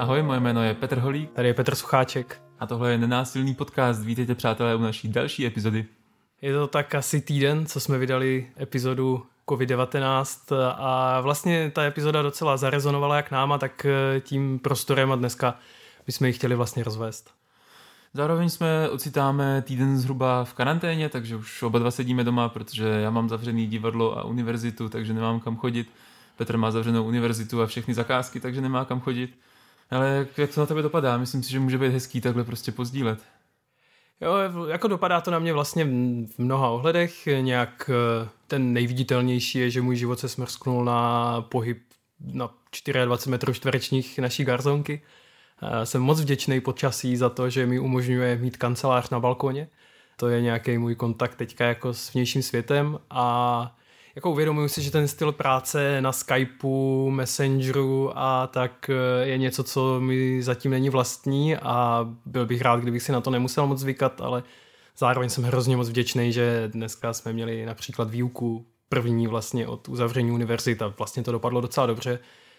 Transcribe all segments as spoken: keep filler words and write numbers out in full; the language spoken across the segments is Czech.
Ahoj, moje jméno je Petr Holík. Tady je Petr Sucháček. A tohle je Nenásilný podcast. Vítejte, přátelé, u naší další epizody. Je to tak asi týden, co jsme vydali epizodu covid devatenáct a vlastně ta epizoda docela zarezonovala jak náma, tak tím prostorem a dneska bychom ji chtěli vlastně rozvést. Zároveň jsme ocitáme týden zhruba v karanténě, takže už oba dva sedíme doma, protože já mám zavřený divadlo a univerzitu, takže nemám kam chodit. Petr má zavřenou univerzitu a všechny zakázky, takže nemá kam chodit. Ale jak, jak to na tebe dopadá? Myslím si, že může být hezký takhle prostě pozdílet. Jo, jako dopadá to na mě vlastně v mnoha ohledech. Nějak ten nejviditelnější je, že můj život se smrsknul na pohyb na dvacet čtyři metrů čtverečních naší garzonky. Jsem moc vděčný počasí za to, že mi umožňuje mít kancelář na balkoně. To je nějaký můj kontakt teďka jako s vnějším světem a jako uvědomuji si, že ten styl práce na Skypeu, Messengeru a tak je něco, co mi zatím není vlastní a byl bych rád, kdybych si na to nemusel moc zvykat, ale zároveň jsem hrozně moc vděčný, že dneska jsme měli například výuku první vlastně od uzavření univerzit a vlastně to dopadlo docela dobře.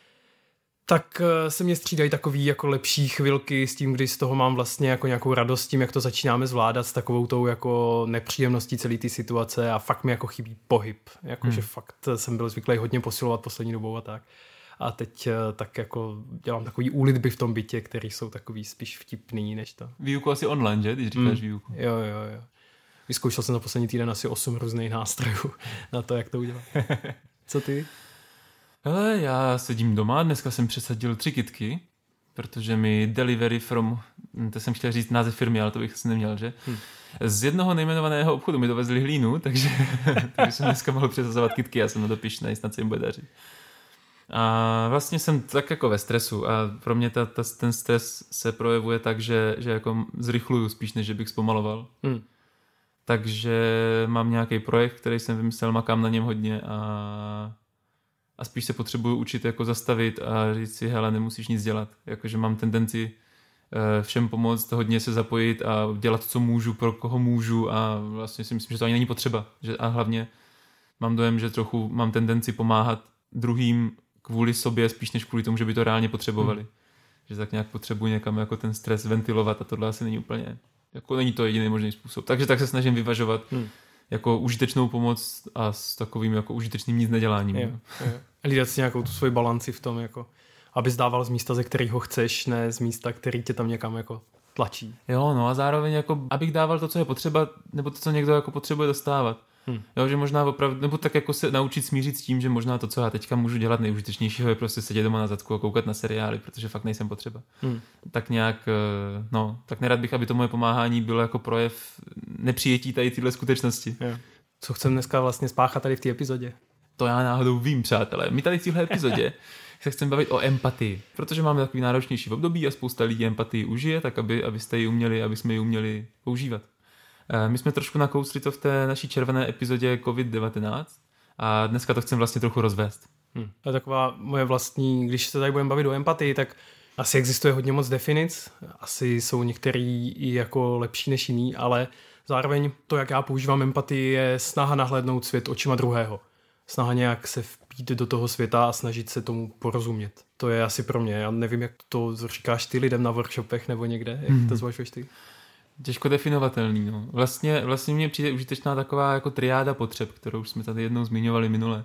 Tak se mě střídají takový jako lepší chvilky s tím, kdy z toho mám vlastně jako nějakou radost tím, jak to začínáme zvládat s takovou tou jako nepříjemností celé ty situace a fakt mi jako chybí pohyb. Jakože hmm. fakt jsem byl zvyklý hodně posilovat poslední dobou a tak. A teď tak jako dělám takový úlitby v tom bytě, který jsou takový spíš vtipný než to. Výuku asi online, že? Když říkáš hmm. výuku. Jo, jo, jo. Vyzkoušel jsem za poslední týden asi osm různých nástrojů na to, jak to udělat. Co ty? Hele, já sedím doma, dneska jsem přesadil tři kytky, protože mi delivery from, to jsem chtěl říct název firmy, ale to bych asi neměl, že? Hmm. Z jednoho nejmenovaného obchodu mi dovezli hlínu, takže, takže jsem dneska mohl přesazovat kytky, já jsem na to pyšnej, snad se jim bude dařit. A vlastně jsem tak jako ve stresu a pro mě ta, ta, ten stres se projevuje tak, že, že jako zrychluju spíš, než že bych zpomaloval. Hmm. Takže mám nějaký projekt, který jsem vymyslel, makám na něm hodně a... A spíš se potřebuju učit jako zastavit a říct si, hele, nemusíš nic dělat. Jakože mám tendenci uh, všem pomoct, hodně se zapojit a dělat, co můžu, pro koho můžu a vlastně si myslím, že to ani není potřeba. Že, a hlavně mám dojem, že trochu mám tendenci pomáhat druhým kvůli sobě, spíš než kvůli tomu, že by to reálně potřebovali. Hmm. Že tak nějak potřebuji někam jako ten stres ventilovat a tohle asi není úplně, jako není to jediný možný způsob. Takže tak se snažím vyvažovat hmm. jako užitečnou pomoc a s takovým jako užitečným nic neděláním. Jo, jo. Hlídat si nějakou tu svoji balanci v tom, jako, abys dával z místa, ze kterého chceš, ne z místa, který tě tam někam jako tlačí. Jo, no a zároveň jako, abych dával to, co je potřeba, nebo to, co někdo jako potřebuje dostávat. Hmm. Jo, že možná opravdu, nebo tak jako se naučit smířit s tím, že možná to, co já teďka můžu dělat nejužitečnějšího, je prostě sedět doma na zadku a koukat na seriály, protože fakt nejsem potřeba. Hmm. Tak nějak, no, tak nerad bych, aby to moje pomáhání bylo jako projev nepřijetí tady tyhle skutečnosti. Jo. Co chcem dneska vlastně spáchat tady v té epizodě? To já náhodou vím, přátelé. My tady v téhle epizodě se chceme bavit o empatii, protože máme takový náročnější období a spousta lidí empatii užije, tak aby, abyste ji uměli, aby jsme ji uměli používat. My jsme trošku nakousli to v té naší červené epizodě covid devatenáct a dneska to chceme vlastně trochu rozvést. Hmm. To je taková moje vlastní, když se tady budeme bavit o empatii, tak asi existuje hodně moc definic, asi jsou některý i jako lepší než jiný, ale zároveň to, jak já používám empatii, je snaha nahlédnout svět očima druhého. Snaha nějak se vpít do toho světa a snažit se tomu porozumět. To je asi pro mě. Já nevím, jak to říkáš ty lidem na workshopech nebo někde, jak hmm. to zvažuješ ty? Těžko definovatelný. No. Vlastně, vlastně mně přijde užitečná taková jako triáda potřeb, kterou jsme tady jednou zmiňovali minule.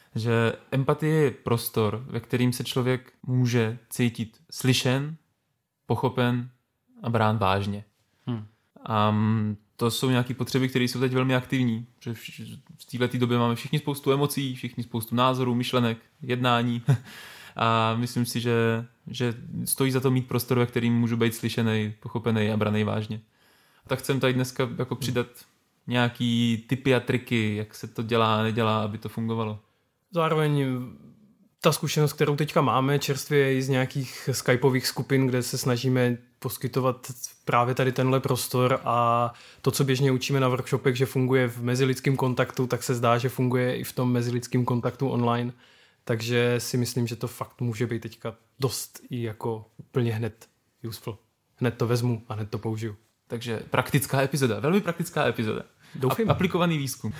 Že empatie je prostor, ve kterým se člověk může cítit slyšen, pochopen a brán vážně. Hmm. A to jsou nějaké potřeby, které jsou teď velmi aktivní. V této době máme všichni spoustu emocí, všichni spoustu názorů, myšlenek, jednání. A myslím si, že, že stojí za to mít prostor, ve kterým můžu být slyšený, pochopený a braný vážně. A tak chcem tady dneska jako přidat nějaký tipy a triky, jak se to dělá a nedělá, aby to fungovalo. Zároveň ta zkušenost, kterou teďka máme, čerstvě je i z nějakých skypových skupin, kde se snažíme poskytovat právě tady tenhle prostor a to, co běžně učíme na workshopech, že funguje v mezilidském kontaktu, tak se zdá, že funguje i v tom mezilidském kontaktu online. Takže si myslím, že to fakt může být teďka dost i jako úplně hned useful. Hned to vezmu a hned to použiju. Takže praktická epizoda, velmi praktická epizoda. Doufám. A- aplikovaný výzkum.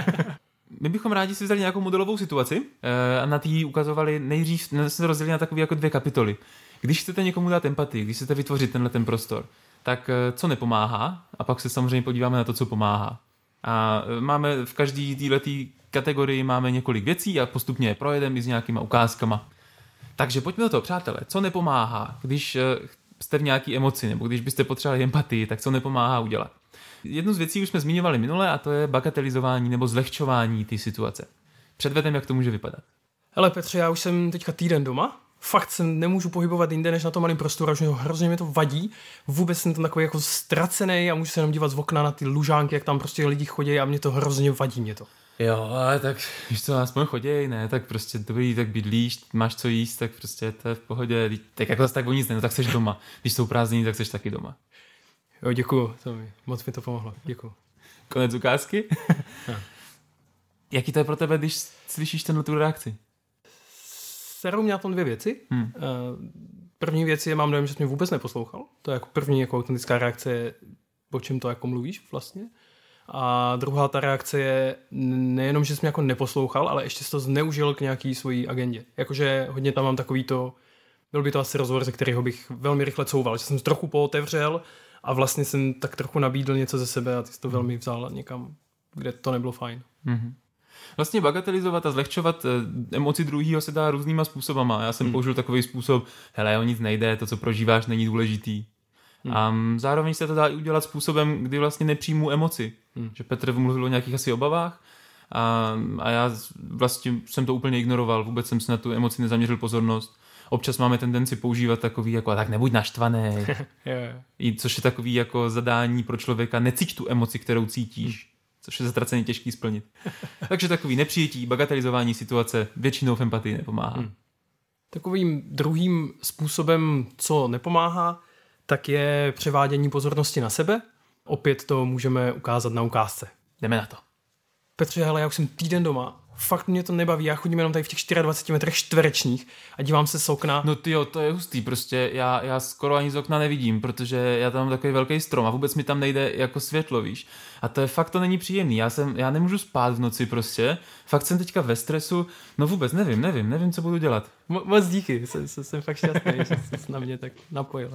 My bychom rádi si vzali nějakou modelovou situaci a na té ukazovali nejdřív, jsme se rozdělili na takové jako dvě kapitoly, Když chcete někomu dát empatii, když chcete vytvořit tenhle ten prostor, tak co nepomáhá? A pak se samozřejmě podíváme na to, co pomáhá. A máme v každé této kategorii máme několik věcí a postupně je projedeme i s nějakýma ukázkama. Takže pojďme do toho, přátelé. Co nepomáhá, když jste v nějaký emoci nebo když byste potřebovali empatii, tak co nepomáhá udělat? Jednu z věcí už jsme zmiňovali minule a to je bagatelizování nebo zlehčování té situace. Předvedem, jak to může vypadat. Hele Petře, já už jsem teďka týden doma. Fakt se nemůžu pohybovat jinde než na tom malém prostoru, už mě to hrozně mě to vadí. Vůbec jsem tam takový jako ztracený a můžu se jenom dívat z okna na ty lužánky, jak tam prostě lidi chodí a mě to hrozně vadí mě to. Jo, ale tak víš co, aspoň choděj, ne, tak prostě dobrý, tak bydlíš, máš co jíst, tak prostě to je v pohodě, tak jako zase tak o nic ne, no tak seš doma. Když jsou prázdniny, tak seš taky doma. Jo, děkuju, to mi, moc mi to pomohlo, děkuju. Konec ukázky? Jaký to je pro tebe, když slyšíš tenhle tu reakci? Serou mě na tom dvě věci. Hmm. První věc je, mám dojem, že jsi mě vůbec neposlouchal. To je jako první jako autentická reakce, o čem to jako mluvíš vlastně. A druhá ta reakce je nejenom, že jsi mě jako neposlouchal, ale ještě jsi to zneužil k nějaký svojí agendě. Jakože hodně tam mám takový to, byl by to asi rozhovor, ze kterého bych velmi rychle couval, že jsem trochu pootevřel a vlastně jsem tak trochu nabídl něco ze sebe a ty jsi to velmi vzal někam, kde to nebylo fajn. Mm-hmm. Vlastně bagatelizovat a zlehčovat emoci druhýho se dá různýma způsobama. Já jsem hmm. použil takový způsob, hele, o nic nejde, to, co prožíváš, není důležitý. Hmm. A zároveň se to dá i udělat způsobem, kdy vlastně nepřijmu emoci. Hmm. Že Petr mluvil o nějakých asi obavách a, a já vlastně jsem to úplně ignoroval, vůbec jsem si na tu emoci nezaměřil pozornost. Občas máme tendenci používat takový jako, tak nebuď naštvaný. yeah. I což je takový jako zadání pro člověka, necíť tu emoci, kterou cítíš. Hmm. Což je zatraceně těžký splnit. Takže takový nepřijetí, bagatelizování situace většinou v empatii nepomáhá. Hmm. Takovým druhým způsobem, co nepomáhá, tak je převádění pozornosti na sebe. Opět to můžeme ukázat na ukázce. Jdeme na to. Petře, hele, já už jsem týden doma. Fakt mě to nebaví, já chodím jenom tady v těch dvacet čtyři metrech čtverečních a dívám se z okna. No tyjo, to je hustý, prostě já, já skoro ani z okna nevidím, protože já tam mám takový velký strom a vůbec mi tam nejde jako světlo, víš. A to je fakt, to není příjemný, já, jsem, já nemůžu spát v noci prostě, fakt jsem teďka ve stresu, no vůbec nevím, nevím, nevím, co budu dělat. Mo- moc díky, jsem, jsem, jsem fakt šťastný, že jsi na mě tak napojil.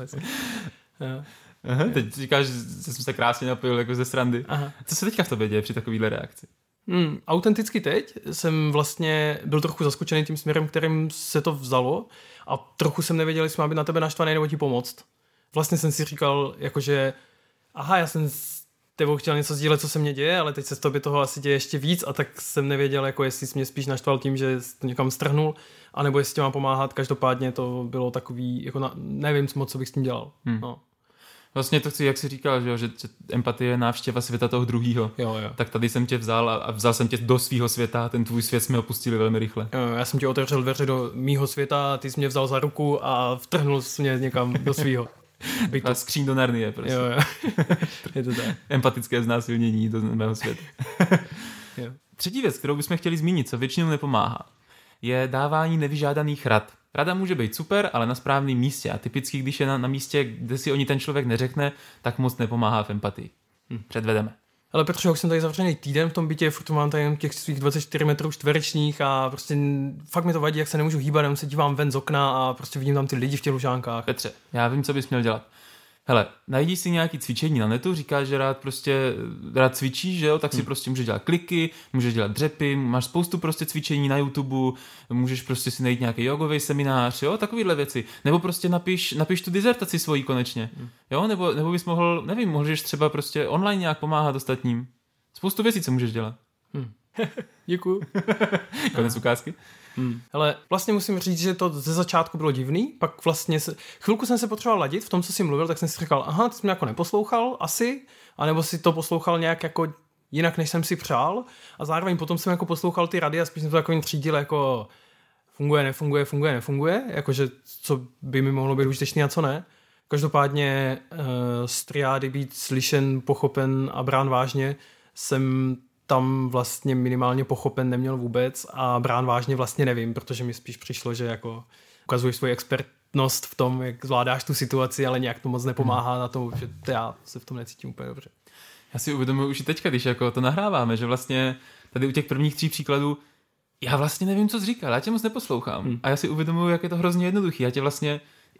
Aha, teď říkáš, že jsem se krásně napojil jako ze srandy. Aha. Co se teďka v tobě děje při takovýhle reakci? Hmm, autenticky teď jsem vlastně byl trochu zaskočený tím směrem, kterým se to vzalo a trochu jsem nevěděl, jestli mám být na tebe naštvaný nebo ti pomoct. Vlastně jsem si říkal, jakože aha, já jsem s tebou chtěl něco sdílet, co se mně děje, ale teď se z tobě toho asi děje ještě víc a tak jsem nevěděl, jako jestli jsi mě spíš naštval tím, že jsi to někam strhnul, anebo jestli tě mám pomáhat. Každopádně to bylo takový, jako na, nevím moc, co bych s tím dělal. Hmm. No. Vlastně to chci, jak jsi říkal, že, že empatie je návštěva světa toho druhýho. Jo, jo. Tak tady jsem tě vzal a vzal jsem tě do svýho světa, ten tvůj svět jsme opustili velmi rychle. Jo, já jsem ti otevřel dveře do mýho světa, ty jsi mě vzal za ruku a vtrhnul jsi mě někam do svýho. A skříň do Narnie, prostě. Jo, jo. Je to tak. Empatické znásilnění do mého světa. Jo. Třetí věc, kterou bychom chtěli zmínit, co většinou nepomáhá, je dávání nevyžádaných rad. Rada může být super, ale na správném místě. A typicky, když je na, na místě, kde si o ní ten člověk neřekne, tak moc nepomáhá v empatii. Hm. Předvedeme. Ale Petře, já už jsem tady zavřený týden v tom bytě, furt mám tady jen těch svých dvacet čtyři metrů čtverečních a prostě fakt mi to vadí, jak se nemůžu hýbat, jenom se dívám ven z okna a prostě vidím tam ty lidi v těch lužánkách. Petře, já vím, co bys měl dělat. Hele, najdi si nějaký cvičení na netu, říkáš, že rád prostě rád cvičíš, že jo, tak si hmm. prostě můžeš dělat kliky, můžeš dělat dřepy, máš spoustu prostě cvičení na YouTube, můžeš prostě si najít nějaký jogový seminář, jo, takovýhle věci. Nebo prostě napiš, napiš tu dizertaci svojí konečně, hmm. jo, nebo, nebo bys mohl, nevím, můžeš třeba prostě online nějak pomáhat ostatním. Spoustu věcí, co můžeš dělat. Hmm. Děkuju. Konec ukázky. Hmm. Ale vlastně musím říct, že to ze začátku bylo divný, pak vlastně se, chvilku jsem se potřeboval ladit v tom, co jsi mluvil, tak jsem si říkal, aha, ty jsi mě jako neposlouchal asi, anebo si to poslouchal nějak jako jinak, než jsem si přál a zároveň potom jsem jako poslouchal ty rady a spíš jsem to takovým třídil jako funguje, nefunguje, funguje, nefunguje, jakože co by mi mohlo být užitečný a co ne. Každopádně uh, z triády být slyšen, pochopen a brán vážně jsem tam vlastně minimálně pochopen neměl vůbec a brán vážně vlastně nevím, protože mi spíš přišlo, že jako ukazuješ svoji expertnost v tom, jak zvládáš tu situaci, ale nějak to moc nepomáhá na tom, že já se v tom necítím úplně dobře. Já si uvědomuji už i teďka, když jako to nahráváme, že vlastně tady u těch prvních tří příkladů já vlastně nevím, co jsi říkal, já tě moc neposlouchám. Hmm. A já si uvědomuji, jak je to hrozně jednoduchý. Já tě vlastně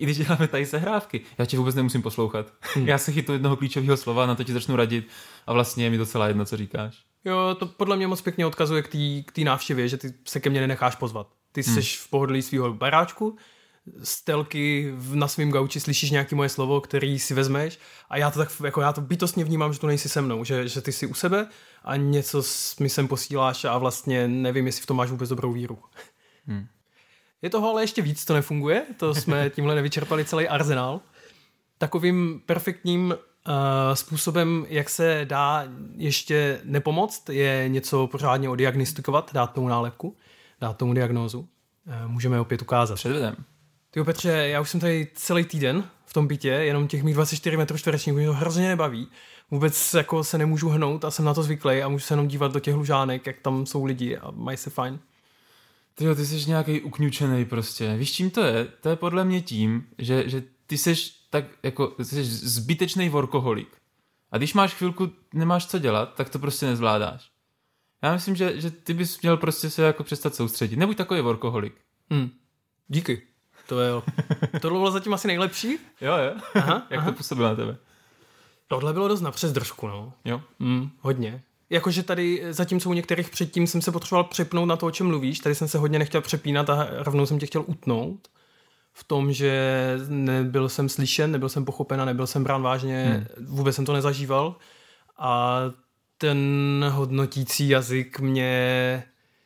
I když děláme tady sehrávky, já tě vůbec nemusím poslouchat. Hmm. Já se chytnu jednoho klíčového slova, na to ti začnu radit a vlastně je mi docela jedno, co říkáš. Jo, to podle mě moc pěkně odkazuje k té návštěvě, že ty se ke mně nenecháš pozvat. Ty hmm. jsi v pohodlí svého baráčku, z telky na svým gauči slyšíš nějaké moje slovo, který si vezmeš a já to tak jako já to bytostně vnímám, že tu nejsi se mnou, že, že ty jsi u sebe a něco mi sem posíláš a vlastně nevím, jestli v tom máš vůbec dobrou víru. Hmm. Je toho ale ještě víc, to nefunguje, to jsme tímhle nevyčerpali celý arzenál. Takovým perfektním uh, způsobem, jak se dá ještě nepomoct, je něco pořádně odiagnostikovat, dát tomu nálepku, dát tomu diagnózu. Uh, můžeme opět ukázat. Předvedem. Tyjo Petře, já už jsem tady celý týden v tom bytě, jenom těch mých dvacet čtyři metrů čtverečních, mě to hrozně nebaví. Vůbec jako se nemůžu hnout a jsem na to zvyklý a můžu se jenom dívat do těch lužánek, jak tam jsou lidi a mají se fajn. Tyjo, ty jsi nějaký ukňučenej prostě. Víš, čím to je? To je podle mě tím, že, že ty jsi tak jako, ty jsi zbytečnej workoholik. A když máš chvilku, nemáš co dělat, tak to prostě nezvládáš. Já myslím, že, že ty bys měl prostě se jako přestat soustředit. Nebuď takový workoholik. Hmm. Díky. To je, tohle bylo zatím asi nejlepší. Jo, jo. Aha, Jak aha. to působilo na tebe? Tohle bylo dost na přes držku, no. Jo. Mm, hodně. Jakože tady, zatímco u některých předtím jsem se potřeboval přepnout na to, o čem mluvíš, tady jsem se hodně nechtěl přepínat a rovnou jsem tě chtěl utnout. V tom, že nebyl jsem slyšen, nebyl jsem pochopen a nebyl jsem brán vážně, hmm. vůbec jsem to nezažíval. A ten hodnotící jazyk mě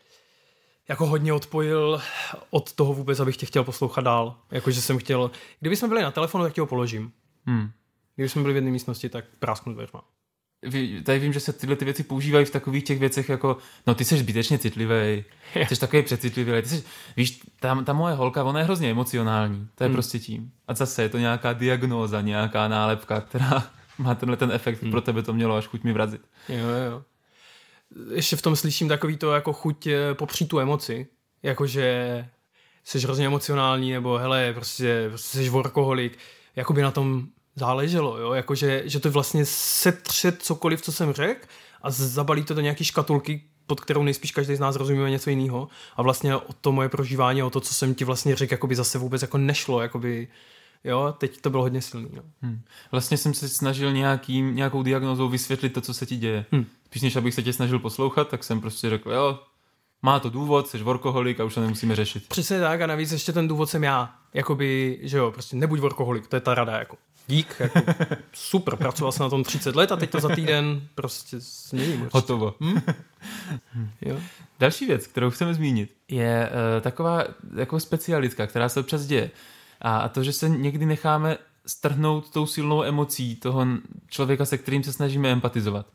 jako hodně odpojil od toho vůbec, abych tě chtěl poslouchat dál. Jakože jsem chtěl, kdyby jsme byli na telefonu, tak tě ho položím. Hmm. Kdyby jsme byli v jedné místnosti, tak prásknu dveřma. Tady vím, že se tyhle ty věci používají v takových těch věcech jako, no ty jsi zbytečně citlivý, ty jsi takový přecitlivý, ty jsi, víš, ta, ta moje holka, ona je hrozně emocionální, to je hmm. prostě tím. A zase je to nějaká diagnóza, nějaká nálepka, která má tenhle ten efekt, hmm. pro tebe to mělo až chuť mi vrazit. Jo, jo. Ještě v tom slyším takový to jako chuť popřít tu emoci, jakože jsi hrozně emocionální, nebo hele, prostě, prostě jsi workoholik, jakoby na tom záleželo, jo, jakože že to vlastně setře cokoliv, co jsem řekl a zabalí to do nějaký škatulky, pod kterou nejspíš každý z nás rozumíme něco jiného a vlastně o to moje prožívání, o to, co jsem ti vlastně řekl, jakoby zase vůbec jako nešlo, jakoby, jo, teď to bylo hodně silný, jo. Hmm. Vlastně jsem se snažil nějakým, nějakou diagnózou vysvětlit to, co se ti děje. Hmm. Spíš než abych se tě snažil poslouchat, tak jsem prostě řekl, jo, má to důvod, jsi workoholik a už to nemusíme řešit. Přesně tak a navíc ještě ten důvod jsem já, jakoby, že jo, prostě nebuď workoholik, to je ta rada, jako. Dík, jako super, pracoval jsem na tom třicet let a teď to za týden prostě změním. Určitě. Hotovo. Hm? Jo. Další věc, kterou chceme zmínit, je uh, taková jako specialitka, která se občas děje. A, a to, že se někdy necháme strhnout tou silnou emocí toho člověka, se kterým se snažíme empatizovat.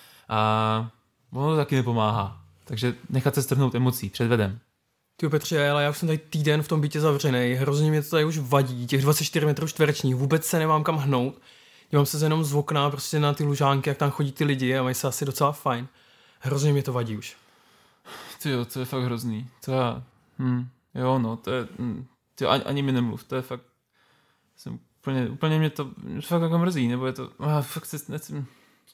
A ono to taky nepomáhá. Takže nechat se strhnout emocí, předvedem. Ty Petře, ale já už jsem tady týden v tom bytě zavřenej, hrozně mě to tady už vadí, těch dvacet čtyři metrů čtverečních, vůbec se nemám kam hnout, dívám se jenom z okna prostě na ty lužánky, jak tam chodí ty lidi a mají se asi docela fajn. Hrozně mě to vadí už. Ty jo, to je fakt hrozný. To já, hm, jo no, to je, hm, ty ani, ani mi nemluv, to je fakt, jsem úplně, úplně mě to fakt jako mrzí, nebo je to, ah, fakt se, necím,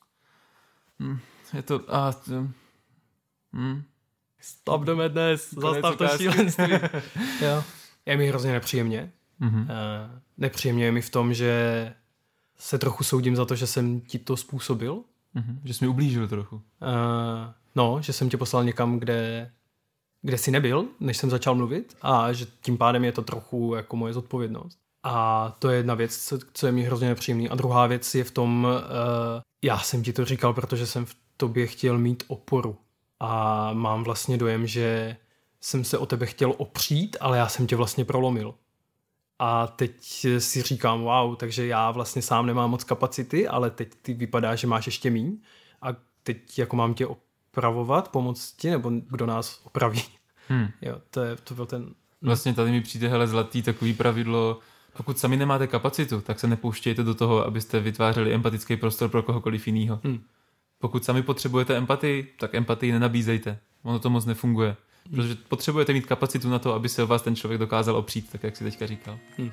hm, je to, a, ah, to, hm. Stop the madness, zastav to šílenství. Jo. Je mi hrozně nepříjemně. Mm-hmm. Uh, nepříjemně je mi v tom, že se trochu soudím za to, že jsem ti to způsobil. Mm-hmm. Že jsi mi ublížil trochu. Uh, no, že jsem tě poslal někam, kde, kde jsi nebyl, než jsem začal mluvit a že tím pádem je to trochu jako moje zodpovědnost. A to je jedna věc, co, co je mi hrozně nepříjemný. A druhá věc je v tom, uh, já jsem ti to říkal, protože jsem v tobě chtěl mít oporu. A mám vlastně dojem, že jsem se o tebe chtěl opřít, ale já jsem tě vlastně prolomil. A teď si říkám, wow, takže já vlastně sám nemám moc kapacity, ale teď ty vypadá, že máš ještě míň. A teď jako mám tě opravovat, pomoct ti, nebo kdo nás opraví. Hmm. Jo, to, je, to byl ten... Vlastně tady mi přijde, hele, zlatý takový pravidlo, pokud sami nemáte kapacitu, tak se nepouštějte do toho, abyste vytvářeli empatický prostor pro kohokoliv jinýho. Hmm. Pokud sami potřebujete empatii, tak empatii nenabízejte. Ono to moc nefunguje. Protože potřebujete mít kapacitu na to, aby se o vás ten člověk dokázal opřít, tak jak si teďka říkal. Hmm.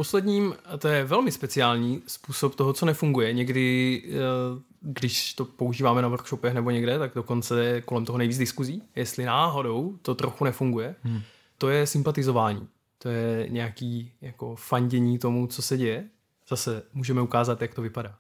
posledním, a to je velmi speciální způsob toho, co nefunguje. Někdy, když to používáme na workshopech nebo někde, tak dokonce je kolem toho nejvíc diskuzí, jestli náhodou to trochu nefunguje. Hmm. To je sympatizování. To je nějaký jako fandění tomu, co se děje. Zase můžeme ukázat, jak to vypadá.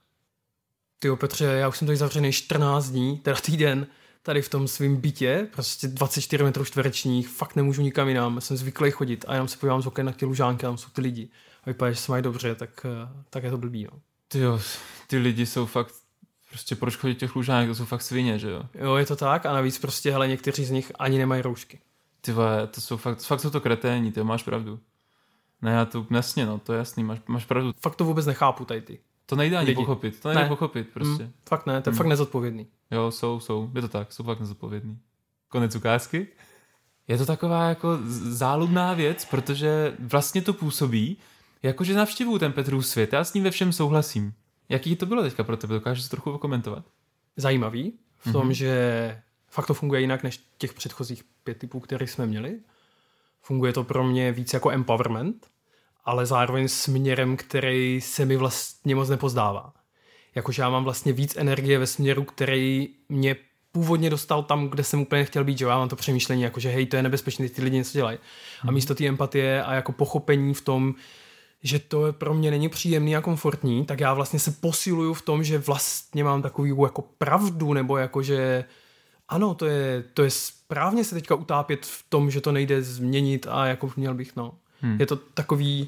Tyjo, Petře, já už jsem tady zavřený čtrnáct dní, teda týden, tady v tom svém bytě, prostě dvacet čtyři metrů čtverečních, fakt nemůžu nikam jinam, jsem zvyklý chodit a já se podívám z oken na ty lužánky, tam jsou ty lidi a vypadá, že se mají dobře, tak, tak je to blbý, no. Tyjo, ty lidi jsou fakt, prostě proč chodit těch lužánek, to jsou fakt svině, že jo? Jo, je to tak a navíc prostě, hele, někteří z nich ani nemají roušky. Ty vole, to jsou fakt, fakt jsou to kreténi, ty máš pravdu. Ne, já to jasně, no, to je jasný, máš, máš pravdu. Fakt to vůbec nechápu tady ty. To nejde ani lidi. pochopit, to nejde ne. pochopit prostě. Mm, fakt ne, to je mm. fakt nezodpovědný. Jo, jsou, jsou, je to tak, jsou fakt nezodpovědný. Konec ukázky. Je to taková jako záludná věc, protože vlastně to působí, jakože navštěvuju ten Petrův svět, já s ním ve všem souhlasím. Jaký to bylo teďka pro tebe, dokážeš to trochu okomentovat? Zajímavý, v tom, mm-hmm. že fakt to funguje jinak než těch předchozích pět typů, které jsme měli. Funguje to pro mě víc jako empowerment, ale zároveň směrem, který se mi vlastně moc nepozdává. Jakože já mám vlastně víc energie ve směru, který mě původně dostal tam, kde jsem úplně nechtěl být, že já mám to přemýšlení, jakože hej, to je nebezpečné, ty lidi něco dělají. A místo té empatie a jako pochopení v tom, že to pro mě není příjemný a komfortní, tak já vlastně se posiluju v tom, že vlastně mám takovou jako pravdu, nebo jakože ano, to je, to je správně se teďka utápět v tom, že to nejde změnit a jako měl bych, no. Hmm. Je to takový,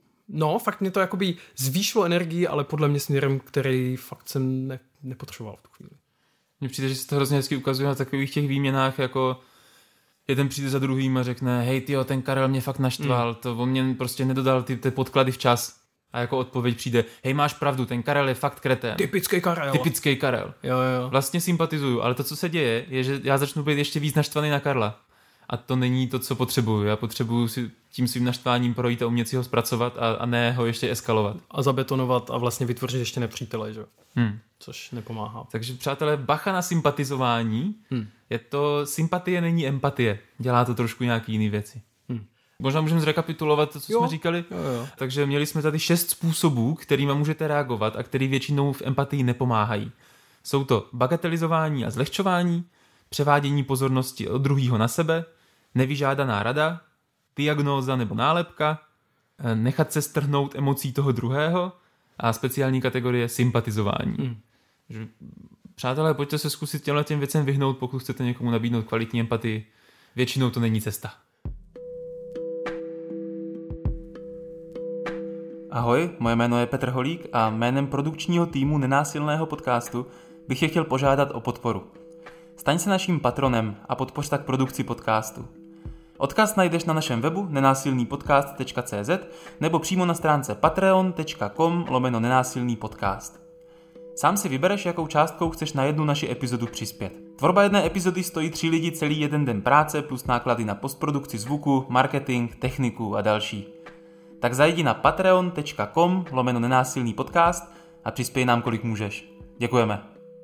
no, fakt mě to jakoby zvýšilo energii, ale podle mě směrem, který fakt jsem ne, nepotřeboval v tu chvíli. Mně přijde, že se to hrozně hezky ukazuje na takových těch výměnách, jako jeden přijde za druhým a řekne, hej tyjo, ten Karel mě fakt naštval, hmm. to on mě prostě nedodal ty, ty podklady včas. A jako odpověď přijde, hej, máš pravdu, ten Karel je fakt kretén. Typický Karel. Typický Karel. Jo, jo. Vlastně sympatizuju, ale to, co se děje, je, že já začnu být ještě víc naštvaný na Karla. A to není to, co potřebuju. Já potřebuju si tím svým naštváním projít a umět si ho zpracovat a, a ne ho ještě eskalovat. A zabetonovat a vlastně vytvořit ještě nepřítele, že? Hmm. Což nepomáhá. Takže přátelé, bacha na sympatizování. Hmm. Je to, sympatie není empatie. Dělá to trošku nějaký jiný věci. Hmm. Možná můžeme zrekapitulovat to, co jo. jsme říkali. Jo, jo. Takže měli jsme tady šest způsobů, kterými můžete reagovat a který většinou v empatii nepomáhají. Jsou to bagatelizování a zlehčování, převádění pozornosti od druhého na sebe, nevyžádaná rada, diagnóza nebo nálepka, nechat se strhnout emocí toho druhého a speciální kategorie sympatizování. Hmm. Takže, přátelé, pojďte se zkusit těmhle těm věcem vyhnout, pokud chcete někomu nabídnout kvalitní empatii. Většinou to není cesta. Ahoj, moje jméno je Petr Holík a jménem produkčního týmu Nenásilného podcastu bych je chtěl požádat o podporu. Staň se naším patronem a podpoř tak produkci podcastu. Odkaz najdeš na našem webu nenásilnýpodcast tečka cé zet nebo přímo na stránce patreon tečka com lomeno nenásilný podcast. Sám si vybereš, jakou částkou chceš na jednu naši epizodu přispět. Tvorba jedné epizody stojí tři lidi celý jeden den práce plus náklady na postprodukci zvuku, marketing, techniku a další. Tak zajdi na patreon tečka com lomeno nenásilný podcast a přispěj nám, kolik můžeš. Děkujeme.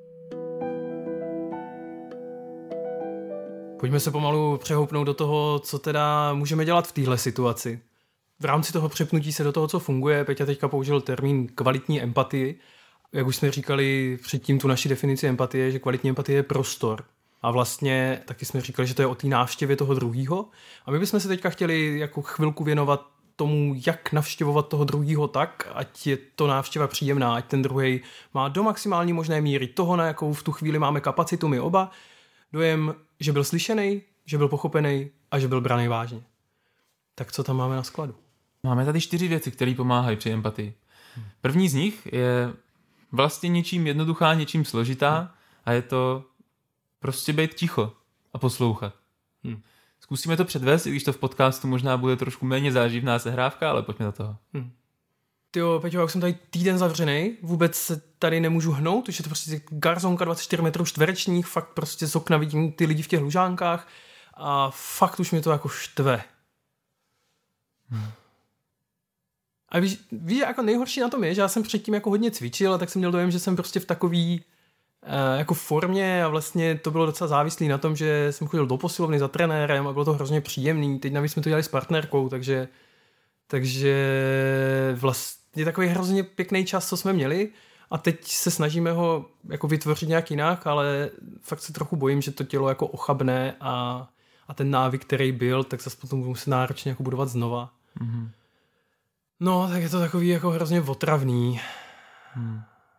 Pojďme se pomalu přehoupnout do toho, co teda můžeme dělat v téhle situaci. V rámci toho přepnutí se do toho, co funguje, Peťa teďka použil termín kvalitní empatii. Jak už jsme říkali předtím tu naši definici empatie, že kvalitní empatie je prostor. A vlastně taky jsme říkali, že to je o té návštěvě toho druhého. A my bychom se teďka chtěli jako chvilku věnovat tomu, jak navštěvovat toho druhého tak, ať je to návštěva příjemná, ať ten druhej má do maximální možné míry toho, na jakou v tu chvíli máme kapacitu my oba, dojem, že byl slyšený, že byl pochopený a že byl braný vážně. Tak co tam máme na skladu? Máme tady čtyři věci, které pomáhají při empatii. První z nich je vlastně něčím jednoduchá, něčím složitá a je to prostě být ticho a poslouchat. Hmm. Zkusíme to předvést, i když to v podcastu možná bude trošku méně záživná sehrávka, ale pojďme do toho. Hmm. Tyjo, Peťo, jak jsem tady týden zavřenej, vůbec se tady nemůžu hnout, už je to prostě garzonka dvacet čtyři metrů čtverečních, fakt prostě z okna vidím ty lidi v těch lužánkách a fakt už mě to jako štve. Hmm. A víš, víš, jako nejhorší na tom je, že já jsem předtím jako hodně cvičil a tak jsem měl dojem, že jsem prostě v takový uh, jako formě a vlastně to bylo docela závislý na tom, že jsem chodil do posilovny za trenérem a bylo to hrozně příjemný. Teď navíc jsme to dělali s partnerkou, takže Takže vlastně takový hrozně pěkný čas, co jsme měli a teď se snažíme ho jako vytvořit nějak jinak, ale fakt se trochu bojím, že to tělo jako ochabne a, a ten návyk, který byl, tak zase potom musí náročně jako budovat znova. Mm-hmm. No, tak je to takový jako hrozně otravný. Hmm.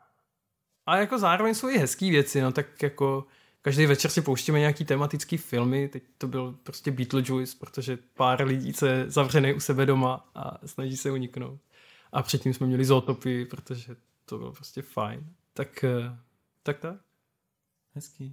A jako zároveň jsou i hezký věci, no tak jako každý večer si pouštíme nějaký tematický filmy, teď to byl prostě Beetlejuice, protože pár lidí se zavřený u sebe doma a snaží se uniknout. A předtím jsme měli Zootopii, protože to bylo prostě fajn. Tak, tak tak. Hezký.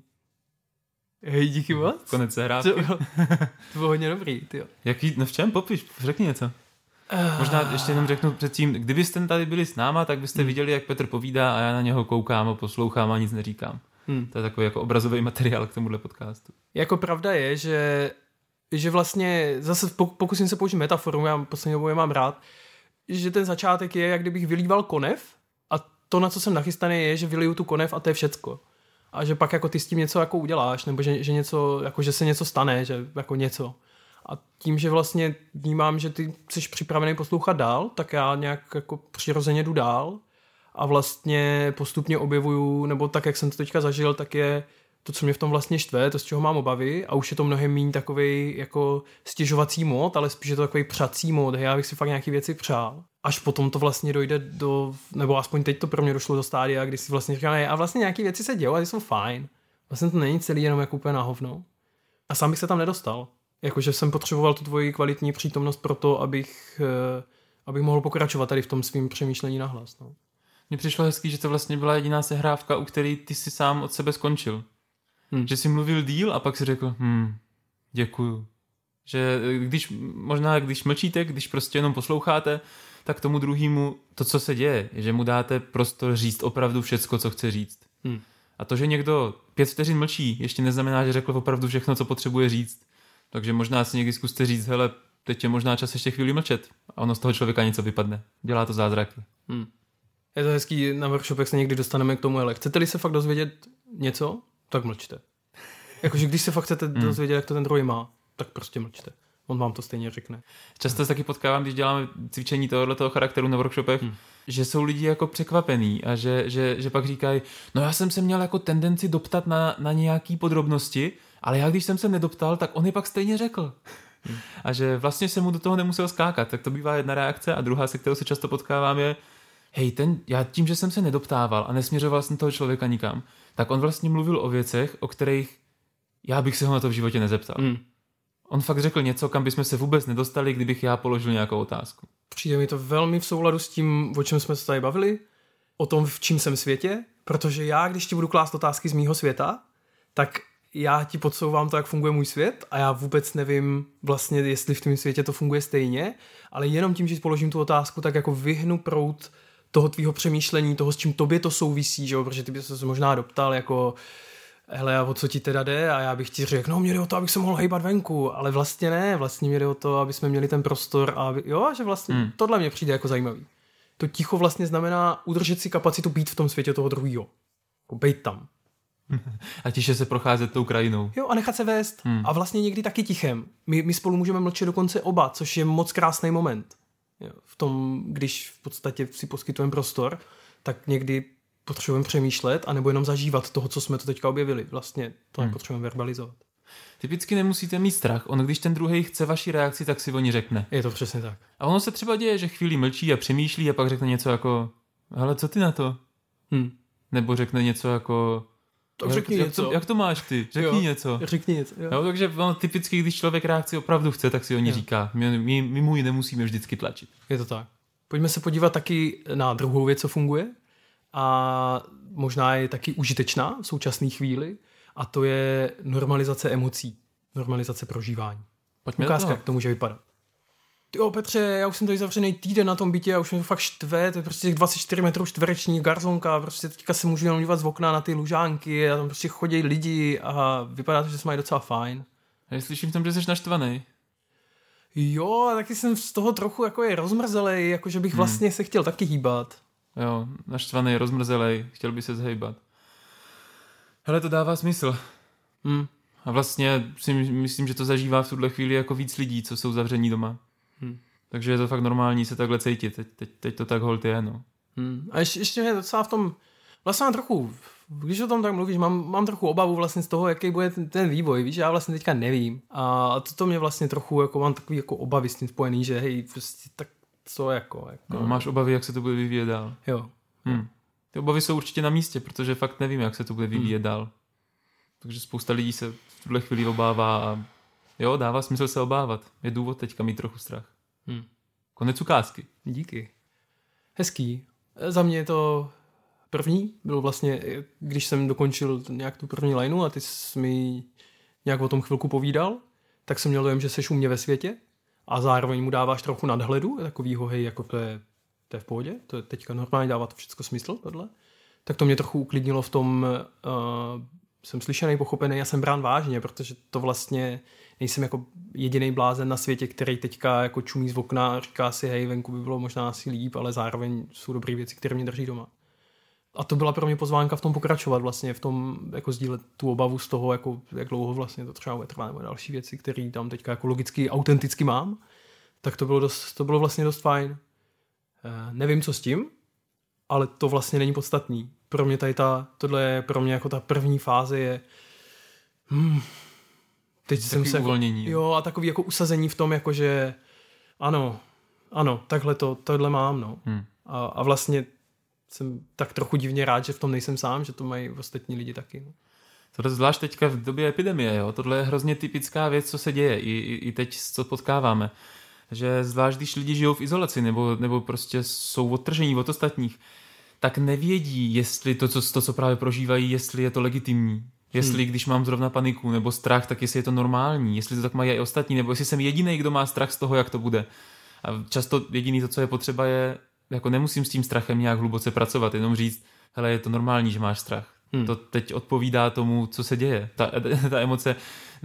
Hej, díky moc. Konec zahrávky. To, bylo, to bylo hodně dobrý, tyjo. Jaký, no v čem? Popiš, řekni něco. Uh... Možná ještě jenom řeknu předtím, kdybyste tady byli s náma, tak byste hmm. viděli, jak Petr povídá a já na něho koukám a poslouchám a nic neříkám. Hmm. To je takový jako obrazový materiál k tomuhle podcastu. Jako pravda je, že, že vlastně, zase pokusím se použít metaforu, já poslední dobou je mám rád, že ten začátek je, jak kdybych vylíval konev a to, na co jsem nachystaný, je, že vyliju tu konev a to je všecko. A že pak jako ty s tím něco jako uděláš, nebo že, že, něco, jako že se něco stane, že jako něco. A tím, že vlastně vnímám, že ty jsi připravený poslouchat dál, tak já nějak jako přirozeně jdu dál a vlastně postupně objevuju, nebo tak, jak jsem to teďka zažil, tak je to, co mě v tom vlastně štve, to, z čeho mám obavy a už je to mnohem méně takovej jako stěžovací mod, ale spíš je to takový přací mod, hej, já bych si fakt nějaký věci přál. Až potom to vlastně dojde do, nebo aspoň teď to pro mě došlo do stádia, kdy si vlastně říkám, a vlastně nějaký věci se dějou a ty jsou fajn. Vlastně to není celý jenom jako úplně na hovno. A sám bych se tam nedostal. Jakože jsem potřeboval tu tvoji kvalitní přítomnost pro to, abych, abych mohl pokračovat tady v tom svým přemýšlení nahlas. No. Mně přišlo hezký, že to vlastně byla jediná sehrávka, u které ty si sám od sebe skončil. Hmm. Že jsi mluvil díl a pak si řekl, hm, děkuju. Že když, možná když mlčíte, když prostě jenom posloucháte, tak tomu druhému to, co se děje, je, že mu dáte prostor říct opravdu všecko, co chce říct. Hmm. A to, že někdo pět vteřin mlčí, ještě neznamená, že řekl opravdu všechno, co potřebuje říct. Takže možná si někdy zkuste říct, hele, teď je možná čas ještě chvíli mlčet. A ono z toho člověka něco vypadne. Dělá to zázraky. Hmm. Je to hezký, na workshopech se někdy dostaneme k tomu, ale chcete-li se fakt dozvědět něco, tak mlčte. Jakože když se fakt chcete hmm. dozvědět, jak to ten druhý má, tak prostě mlčte. On vám to stejně řekne. Často se taky potkávám, když děláme cvičení tohoto charakteru na workshopech, hmm. že jsou lidi jako překvapený a že, že, že pak říkají, no já jsem se měl jako tendenci doptat na, na nějaký podrobnosti, ale já když jsem se nedoptal, tak on je pak stejně řekl. Hmm. A že vlastně se mu do toho nemusel skákat. Tak to bývá jedna reakce a druhá, se kterou se často potkávám, je hej, ten, já tím, že jsem se nedoptával a nesměřoval jsem toho člověka nikam, tak on vlastně mluvil o věcech, o kterých já bych se ho na to v životě nezeptal. Hmm. On fakt řekl něco, kam bychom se vůbec nedostali, kdybych já položil nějakou otázku. Přijde mi to velmi v souladu s tím, o čem jsme se tady bavili, o tom, v čím jsem světě, protože já, když ti budu klást otázky z mýho světa, tak já ti podsouvám to, jak funguje můj svět a já vůbec nevím vlastně, jestli v tom světě to funguje stejně, ale jenom tím, že položím tu otázku, tak jako vyhnu proud toho tvýho přemýšlení, toho, s čím tobě to souvisí, že jo? Protože ty bys se možná doptal jako hele, a o co ti teda jde? A já bych ti řekl, no mě jde o to, abych se mohl hejbat venku, ale vlastně ne, vlastně mě jde o to, aby jsme měli ten prostor a aby, jo, že vlastně hmm. tohle mě přijde jako zajímavý. To ticho vlastně znamená udržet si kapacitu být v tom světě toho druhýho. Jako bejt tam. A tiše se procházet tou krajinou. Jo, a nechat se vést. Hmm. A vlastně někdy taky tichem. My, my spolu můžeme mlčet dokonce oba, což je moc krásný moment. Jo, v tom, když v podstatě si poskytujeme prostor, tak někdy potřebujeme přemýšlet, anebo jenom zažívat toho, co jsme to teďka objevili. Vlastně to hmm. nepotřebujeme verbalizovat. Typicky nemusíte mít strach. On, když ten druhý chce vaši reakci, tak si o ní řekne. Je to přesně tak. A ono se třeba děje, že chvíli mlčí a přemýšlí a pak řekne něco jako hele, co ty na to? Hmm. Nebo řekne něco jako tak řekni jak, něco. Jak to, jak to máš ty? Řekni jo, něco. Řekni něco. Jo. Jo, takže ono, typicky, když člověk reakci opravdu chce, tak si o ní jo. říká. My, my, my mu ji nemusíme vždycky tlačit. Je to tak. Pojďme se podívat taky na druhou věc, co funguje. A možná je taky užitečná v současné chvíli a to je normalizace emocí, normalizace prožívání. Pojďme ukázka, jak to může vypadat. Jo, Petře, já už jsem tady zavřený týden na tom bytě a už mě to fakt štve, to je prostě těch dvacet čtyři metrů čtvereční garzonka, prostě teďka se můžu jenom dívat z okna na ty lužánky a tam prostě chodí lidi a vypadá to, že se mají docela fajn. Já slyším v tom, že jsi naštvaný. Jo, a taky jsem z toho trochu jako je rozmrzelej, jako že bych vlastně hmm. se chtěl taky hýbat. Jo, naštvaný, rozmrzelej, chtěl by se zhejbat. Hele, to dává smysl. Hmm. A vlastně si myslím, že to zažívá v tuhle chvíli jako víc lidí, co jsou zavření doma. Hmm. Takže je to fakt normální se takhle cítit. Teď, teď, teď to tak holt je, no. Hmm. A ještě, ještě je docela v tom, vlastně mám trochu, když o tom tak mluvíš, mám, mám trochu obavu vlastně z toho, jaký bude ten, ten vývoj, víš, já vlastně teďka nevím. A to, to mě vlastně trochu, jako mám takový jako obavy s tím spojený, že hej, prostě tak co jako. jako... No, máš obavy, jak se to bude vyvíjet dál. Jo. Hmm. Ty obavy jsou určitě na místě, protože fakt nevím, jak se to bude vyvíjet hmm. dál. Takže spousta lidí se v tuhle chvíli obává a jo, dává smysl se obávat. Je důvod teďka mít trochu strach. Hmm. Konec ukázky. Díky. Hezký. Za mě je to první. Bylo vlastně, když jsem dokončil nějak tu první lineu a ty jsi mi nějak o tom chvilku povídal, tak jsem měl dojem, že seš u mě ve světě a zároveň mu dáváš trochu nadhledu, takovýho, hej, jako to je, to je v pohodě, to je teďka normálně, dává to všechno smysl, tohle. Tak to mě trochu uklidnilo v tom, uh, jsem slyšený, pochopený, já jsem brán vážně, protože to vlastně nejsem jako jediný blázen na světě, který teďka jako čumí z okna a říká si, hej, venku by bylo možná asi líp, ale zároveň jsou dobré věci, které mě drží doma. A to byla pro mě pozvánka v tom pokračovat vlastně, v tom jako sdílet tu obavu z toho, jako, jak dlouho vlastně to třeba bude trvat, nebo další věci, které tam teďka jako logicky, autenticky mám, tak to bylo, dost, to bylo vlastně dost fajn. E, nevím, co s tím, ale to vlastně není podstatný. Pro mě tady ta, tohle je pro mě jako ta první fáze je hmm, teď takový jsem se uvolnění. Jako, jo, a takový jako usazení v tom, jako že ano, ano, takhle to, tohle mám, no. Hmm. A, a vlastně jsem tak trochu divně rád, že v tom nejsem sám, že to mají ostatní lidi taky. No. To zvlášť teďka v době epidemie, jo? Tohle je hrozně typická věc, co se děje, i, i, i teď, co potkáváme. Že zvlášť, když lidi žijou v izolaci, nebo, nebo prostě jsou odtržení od ostatních, tak nevědí, jestli to, co, to, co právě prožívají, jestli je to legitimní. Jestli, hmm. když mám zrovna paniku nebo strach, tak jestli je to normální, jestli to tak mají i ostatní, nebo jestli jsem jediný, kdo má strach z toho, jak to bude. A často jediný to, co je potřeba, je, jako nemusím s tím strachem nějak hluboce pracovat, jenom říct, hele, je to normální, že máš strach. Hmm. To teď odpovídá tomu, co se děje. Ta, ta emoce,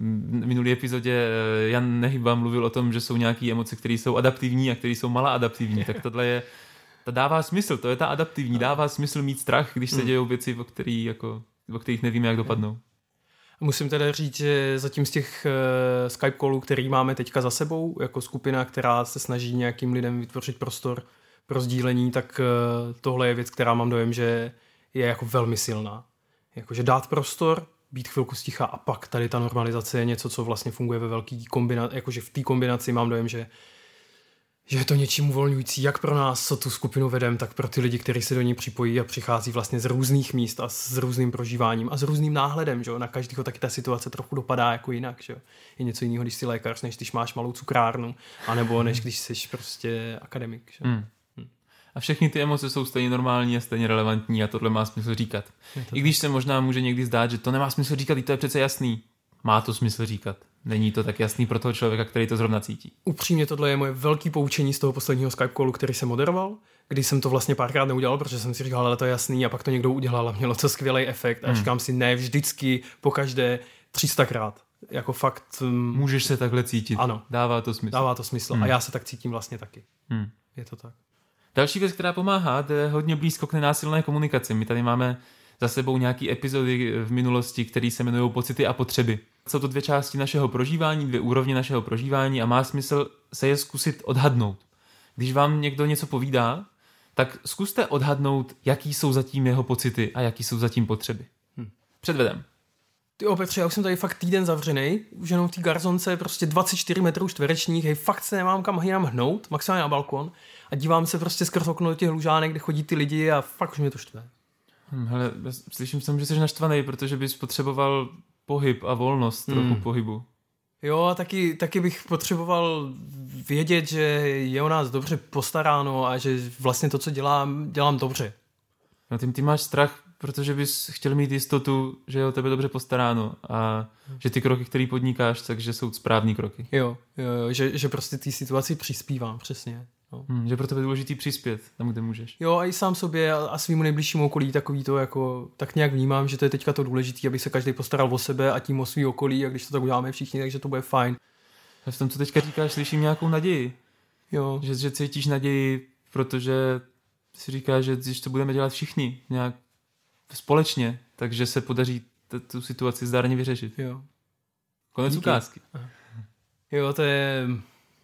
v minulý epizodě Jan Nehyba mluvil o tom, že jsou nějaké emoce, které jsou adaptivní a které jsou malaadaptivní, tak tohle je, to dává smysl, to je ta adaptivní, dává smysl mít strach, když se hmm. dějou věci, o, který, jako, o kterých nevíme, jak dopadnou. Musím teda říct, že zatím z těch uh, Skype callů, který máme teďka za sebou, jako skupina, která se snaží nějakým lidem vytvořit prostor pro sdílení, tak uh, tohle je věc, která mám dojem, že je jako velmi silná. Jakože dát prostor, být chvilku sticha a pak tady ta normalizace je něco, co vlastně funguje ve velký kombinaci, jakože v té kombinaci mám dojem, že že je to něčím uvolňující, jak pro nás, co tu skupinu vedem, tak pro ty lidi, kteří se do ní připojí a přichází vlastně z různých míst a s různým prožíváním a s různým náhledem, že jo? Na každého taky ta situace trochu dopadá jako jinak, že jo? Je něco jiného, když jsi lékař, než když máš malou cukrárnu, anebo než když jsi prostě akademik, že? Hmm. Hmm. A všechny ty emoce jsou stejně normální a stejně relevantní a tohle má smysl říkat. I když se možná může někdy zdát, že to nemá smysl říkat, i to je přece jasný. Má to smysl říkat. Není to tak jasný pro toho člověka, který to zrovna cítí. Upřímně, tohle je moje velké poučení z toho posledního Skype callu, který jsem moderoval, kdy jsem to vlastně párkrát neudělal, protože jsem si říkal, ale to je jasný, a pak to někdo udělal a mělo to skvělý efekt. A hmm. říkám si, ne, vždycky, pokaždé, tři sta krát. Jako fakt... Um... Můžeš se takhle cítit. Ano. Dává to smysl. Dává to smysl. Hmm. A já se tak cítím vlastně taky. Hmm. Je to tak. Další věc, která pomáhá, to je hodně blízko k nenásilné komunikaci. My tady máme za sebou nějaký epizody v minulosti, které se jmenují pocity a potřeby. Jsou to dvě části našeho prožívání, dvě úrovně našeho prožívání a má smysl se je zkusit odhadnout. Když vám někdo něco povídá, tak zkuste odhadnout, jaký jsou zatím jeho pocity a jaký jsou zatím potřeby. Hm. Předvedem. Ty jo, Petře, já už jsem tady fakt týden zavřenej, už jenom v té garzonce, prostě dvacet čtyři metrů čtverečních, hej, fakt se nemám kam jinam hnout, maximálně na balkon, a dívám se prostě skrz okno do těch lužánek, kde chodí ty lidi, a fakt už mě to štve. Hm, hele, slyším jsem, že jsi naštvaný, protože bys potřeboval pohyb a volnost, trochu hmm. pohybu. Jo, a taky, taky bych potřeboval vědět, že je o nás dobře postaráno a že vlastně to, co dělám, dělám dobře. No ty, ty máš strach, protože bys chtěl mít jistotu, že je o tebe dobře postaráno a hmm. že ty kroky, které podnikáš, takže jsou správný kroky. Jo, jo, jo že, že prostě té situaci přispívám, přesně. No. Hmm, že pro tebe je důležitý přispět tam, kde můžeš. Jo, a i sám sobě a, a svýmu nejbližšímu okolí takový to jako, tak nějak vnímám, že to je teďka to důležité, aby se každý postaral o sebe a tím o svý okolí, a když to tak uděláme všichni, takže to bude fajn. A v tom, co teďka říkáš, slyším nějakou naději. Jo. Že, že cítíš naději, protože si říkáš, že když to budeme dělat všichni nějak společně, takže se podaří t- tu situaci zdárně vyřešit. Jo. Konec Díky. ukázky. Jo, to je...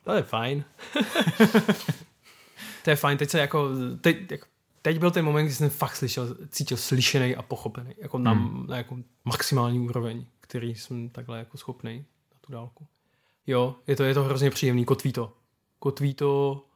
To je fajn. To je fajn, teď se jako, teď, jako, teď byl ten moment, kdy jsem fakt slyšel, cítil slyšený a pochopený, jako na, hmm. na jako maximální úroveň, který jsem takhle jako schopnej na tu dálku. Jo, je to, je to hrozně příjemný, kotví to. Kotví to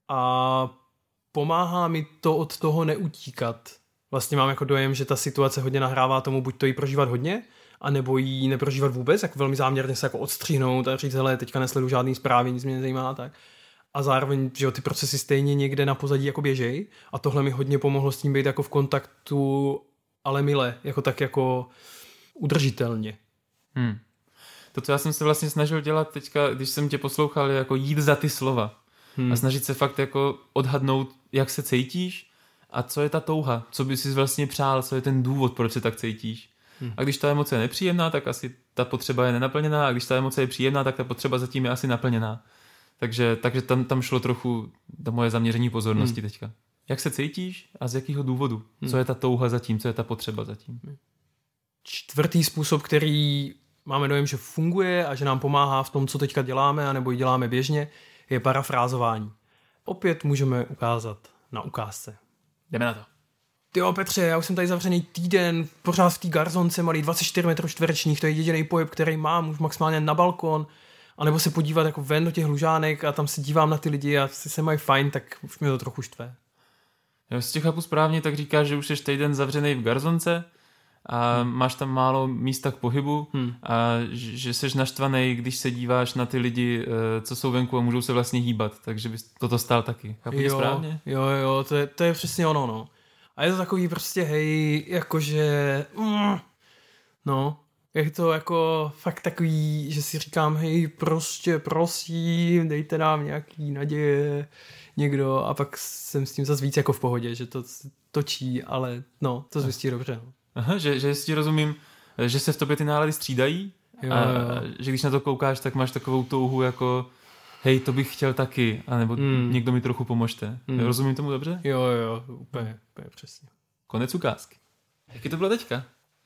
a pomáhá mi to od toho neutíkat. Vlastně mám jako dojem, že ta situace hodně nahrává tomu, buď to jí prožívat hodně, anebo jí neprožívat vůbec, jak velmi záměrně se jako odstřihnout a říct, hele, teďka nesleduju žádný zprávy, nic mě nezajímá, tak. A zároveň, že jo, ty procesy stejně někde na pozadí jako běžej a tohle mi hodně pomohlo s tím být jako v kontaktu, ale mile, jako tak jako udržitelně. Hmm. To, co já jsem se vlastně snažil dělat teďka, když jsem tě poslouchal, je jako jít za ty slova hmm. a snažit se fakt jako odhadnout, jak se cítíš a co je ta touha, co by si vlastně přál, co je ten důvod, proč se tak cítíš. Hmm. A když ta emoce je nepříjemná, tak asi ta potřeba je nenaplněná a když ta emoce je příjemná, tak ta potřeba zatím je asi naplněná. Takže, takže tam, tam šlo trochu to moje zaměření pozornosti hmm. teďka. Jak se cítíš a z jakého důvodu? Hmm. Co je ta touha zatím, co je ta potřeba zatím? Čtvrtý způsob, který máme dojem, že funguje a že nám pomáhá v tom, co teďka děláme, anebo ji děláme běžně, je parafrázování. Opět můžeme ukázat na ukázce. Jdeme na to. Tyjo, Petře, já už jsem tady zavřený týden, pořád v té garzonce malý dvacet čtyři metrů čtverečních, to je jediný pohyb, který mám, už maximálně na balkon, anebo se podívat jako ven do těch lužánek a tam se dívám na ty lidi a si se mají fajn, tak už mě to trochu štve. Jo, z těch chápu správně, tak říkáš, že už jsi týden zavřený v garzonce a hmm. máš tam málo místa k pohybu hmm. a že jsi naštvaný, když se díváš na ty lidi, co jsou venku a můžou se vlastně hýbat, takže bys toto stál taky. Chápu jo, správně? Jo, jo, to je, to je přesně ono, no. A je to takový prostě, hej, jakože, mm, no, je to jako fakt takový, že si říkám, hej, prostě, prosím, dejte nám nějaký naděje, někdo, a pak jsem s tím zase víc jako v pohodě, že to točí, ale no, to zjistí dobře. No. Aha, že, že si rozumím, že se v tobě ty nálady střídají jo, a, jo. a že když na to koukáš, tak máš takovou touhu jako hej, to bych chtěl taky, anebo mm. někdo mi trochu pomožte. Mm. Rozumím tomu dobře? Jo, jo, úplně, úplně přesně. Konec ukázky. Jaký to bylo teďka?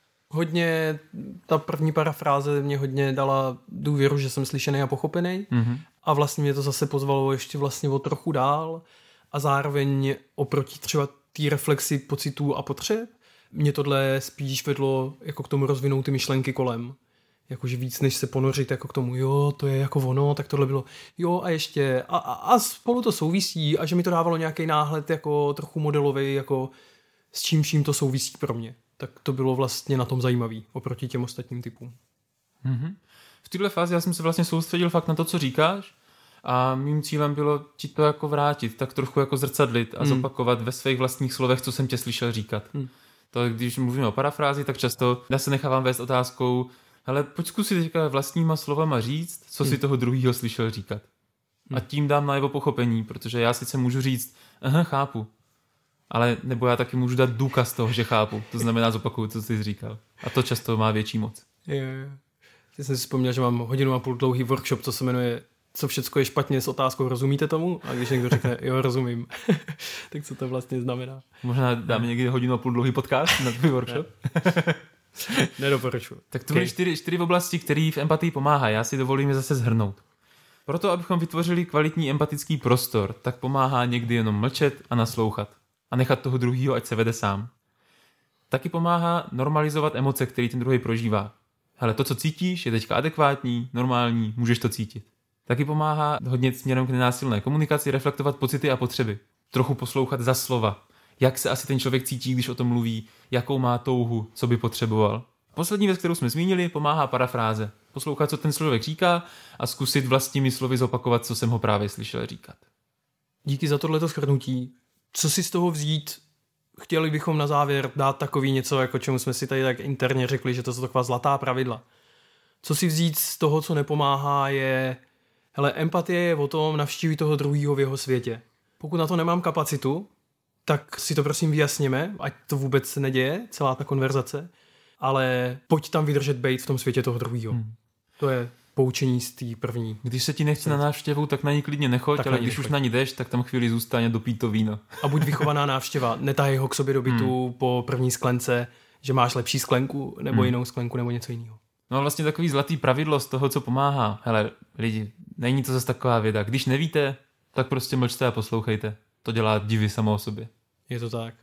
Hodně, ta první parafráze mě hodně dala důvěru, že jsem slyšený a pochopený mm-hmm. a vlastně mě to zase pozvalo ještě vlastně o trochu dál a zároveň oproti třeba té reflexi pocitů a potřeb mě tohle spíš vedlo jako k tomu rozvinout ty myšlenky kolem. Jakože víc, než se ponořit jako k tomu, jo, to je jako ono, tak tohle bylo, jo a ještě, a, a, a spolu to souvisí a že mi to dávalo nějaký náhled jako trochu modelový, jako s čím vším to souvisí pro mě. Tak to bylo vlastně na tom zajímavý, oproti těm ostatním typům. Mm-hmm. V této fázi já jsem se vlastně soustředil fakt na to, co říkáš a mým cílem bylo ti to jako vrátit, tak trochu jako zrcadlit a mm. zopakovat ve svých vlastních slovech, co jsem tě slyšel říkat. Mm. To, když mluvíme o parafrázi, tak často já se nechávám vést otázkou, ale pojď zkusit teďka vlastníma slovama říct, co si hmm. toho druhýho slyšel říkat. Hmm. A tím dám najevo pochopení, protože já sice můžu říct, aha, chápu, ale nebo já taky můžu dát důkaz toho, že chápu. To znamená zopakuju, co jsi říkal. A to často má větší moc. Jo, jo. Já jsem si vzpomněl, že mám hodinu a půl dlouhý workshop, co se jmenuje Co všecko je špatně s otázkou, rozumíte tomu? A když někdo řekne, jo, rozumím, tak co to vlastně znamená? Možná dáme někdy hodinu a půl dlouhý podcast na tvůj workshop? Nedoporučuji. Tak to byly okay. čtyři, čtyři oblasti, které v empatii pomáhají. Já si dovolím je zase shrnout. Proto, abychom vytvořili kvalitní empatický prostor, tak pomáhá někdy jenom mlčet a naslouchat. A nechat toho druhýho, ať se vede sám. Taky pomáhá normalizovat emoce, které ten druhý prožívá. Hele, to, co cítíš, je teďka adekvátní, normální, můžeš to cítit. Taky pomáhá hodně směrem k nenásilné komunikaci reflektovat pocity a potřeby. Trochu poslouchat za slova. Jak se asi ten člověk cítí, když o tom mluví, jakou má touhu, co by potřeboval. Poslední věc, kterou jsme zmínili, pomáhá parafráze. Poslouchat, co ten člověk říká a zkusit vlastními slovy zopakovat, co jsem ho právě slyšel říkat. Díky za tohleto shrnutí. Co si z toho vzít? Chtěli bychom na závěr dát takový něco, jako čemu jsme si tady tak interně řekli, že to jsou taková zlatá pravidla. Co si vzít z toho, co nepomáhá, je... Hele, empatie je o tom navštívit toho druhýho v jeho světě. Pokud na to nemám kapacitu, tak si to prosím vyjasněme, ať to vůbec neděje, celá ta konverzace, ale pojď tam vydržet bejt v tom světě toho druhýho. Hmm. To je poučení z té první. Když se ti nechce na návštěvu, tak na ní klidně nechoď, tak ale když nechoď. Už na ní jdeš, tak tam chvíli zůstane dopít to víno. A buď vychovaná návštěva, netahej ho k sobě do bytu hmm. po první sklence, že máš lepší sklenku, nebo hmm. jinou sklenku, nebo něco jiného. No a vlastně takový zlatý pravidlo z toho, co pomáhá. Hele, lidi, není to zase taková věda. Když nevíte, tak prostě mlčte a poslouchejte. To dělá divy samo o sobě. Je to tak.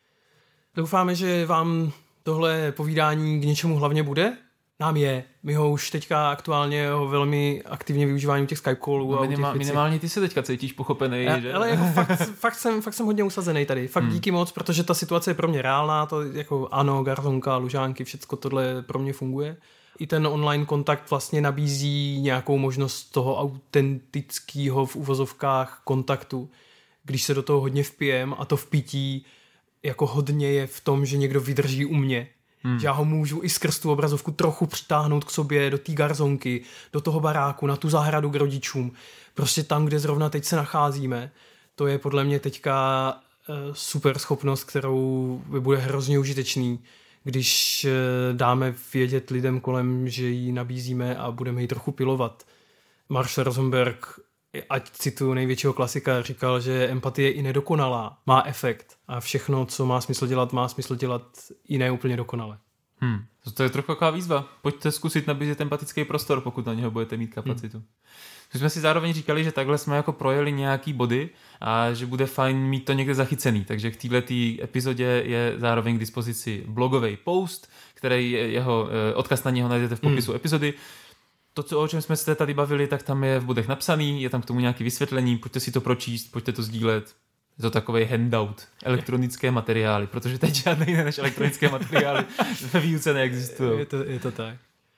Doufáme, že vám tohle povídání k něčemu hlavně bude. Nám je. My ho už teďka aktuálně ho velmi aktivně využíváme těch Skype callů. No, a minimál, minimálně ty se teďka cítíš pochopený. A, že? Ale jako fakt, fakt, jsem, fakt jsem hodně usazený tady. Fakt hmm. díky moc, protože ta situace je pro mě reálná. To jako ano, garzonka, lužánky, všecko tohle pro mě funguje. I ten online kontakt vlastně nabízí nějakou možnost toho autentického v uvozovkách kontaktu. Když se do toho hodně vpijem a to vpití jako hodně je v tom, že někdo vydrží u mě. Hmm. Že já ho můžu i skrz tu obrazovku trochu přitáhnout k sobě do té garzonky, do toho baráku, na tu zahradu k rodičům. Prostě tam, kde zrovna teď se nacházíme. To je podle mě teďka uh, super schopnost, kterou bude hrozně užitečný, když uh, dáme vědět lidem kolem, že ji nabízíme a budeme ji trochu pilovat. Marshall Rosenberg, ať cituju největšího klasika, říkal, že empatie je i nedokonalá, má efekt a všechno, co má smysl dělat, má smysl dělat i ne úplně dokonale. Hmm. To je trochu taková výzva. Pojďte zkusit nabízet empatický prostor, pokud na něho budete mít kapacitu. Hmm. My jsme si zároveň říkali, že takhle jsme jako projeli nějaký body a že bude fajn mít to někde zachycený, takže k této epizodě je zároveň k dispozici blogový post, který jeho, odkaz na něho najdete v popisu hmm. epizody. To, co, o čem jsme se tady bavili, tak tam je v bodech napsaný, je tam k tomu nějaké vysvětlení, pojďte si to pročíst, pojďte to sdílet. Je to takový handout, elektronické materiály, protože teď žádné jiné než elektronické materiály ve výuce neexistují. Je to, je to tak.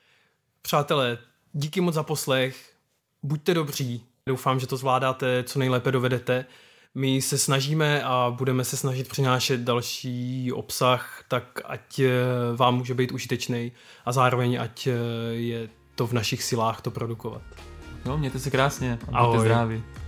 Přátelé, díky moc za poslech, buďte dobří, doufám, že to zvládáte, co nejlépe dovedete. My se snažíme a budeme se snažit přinášet další obsah, tak ať vám může být užitečný a zároveň ať je to v našich silách to produkovat. Jo, mějte se krásně a buďte Ahoj. zdraví.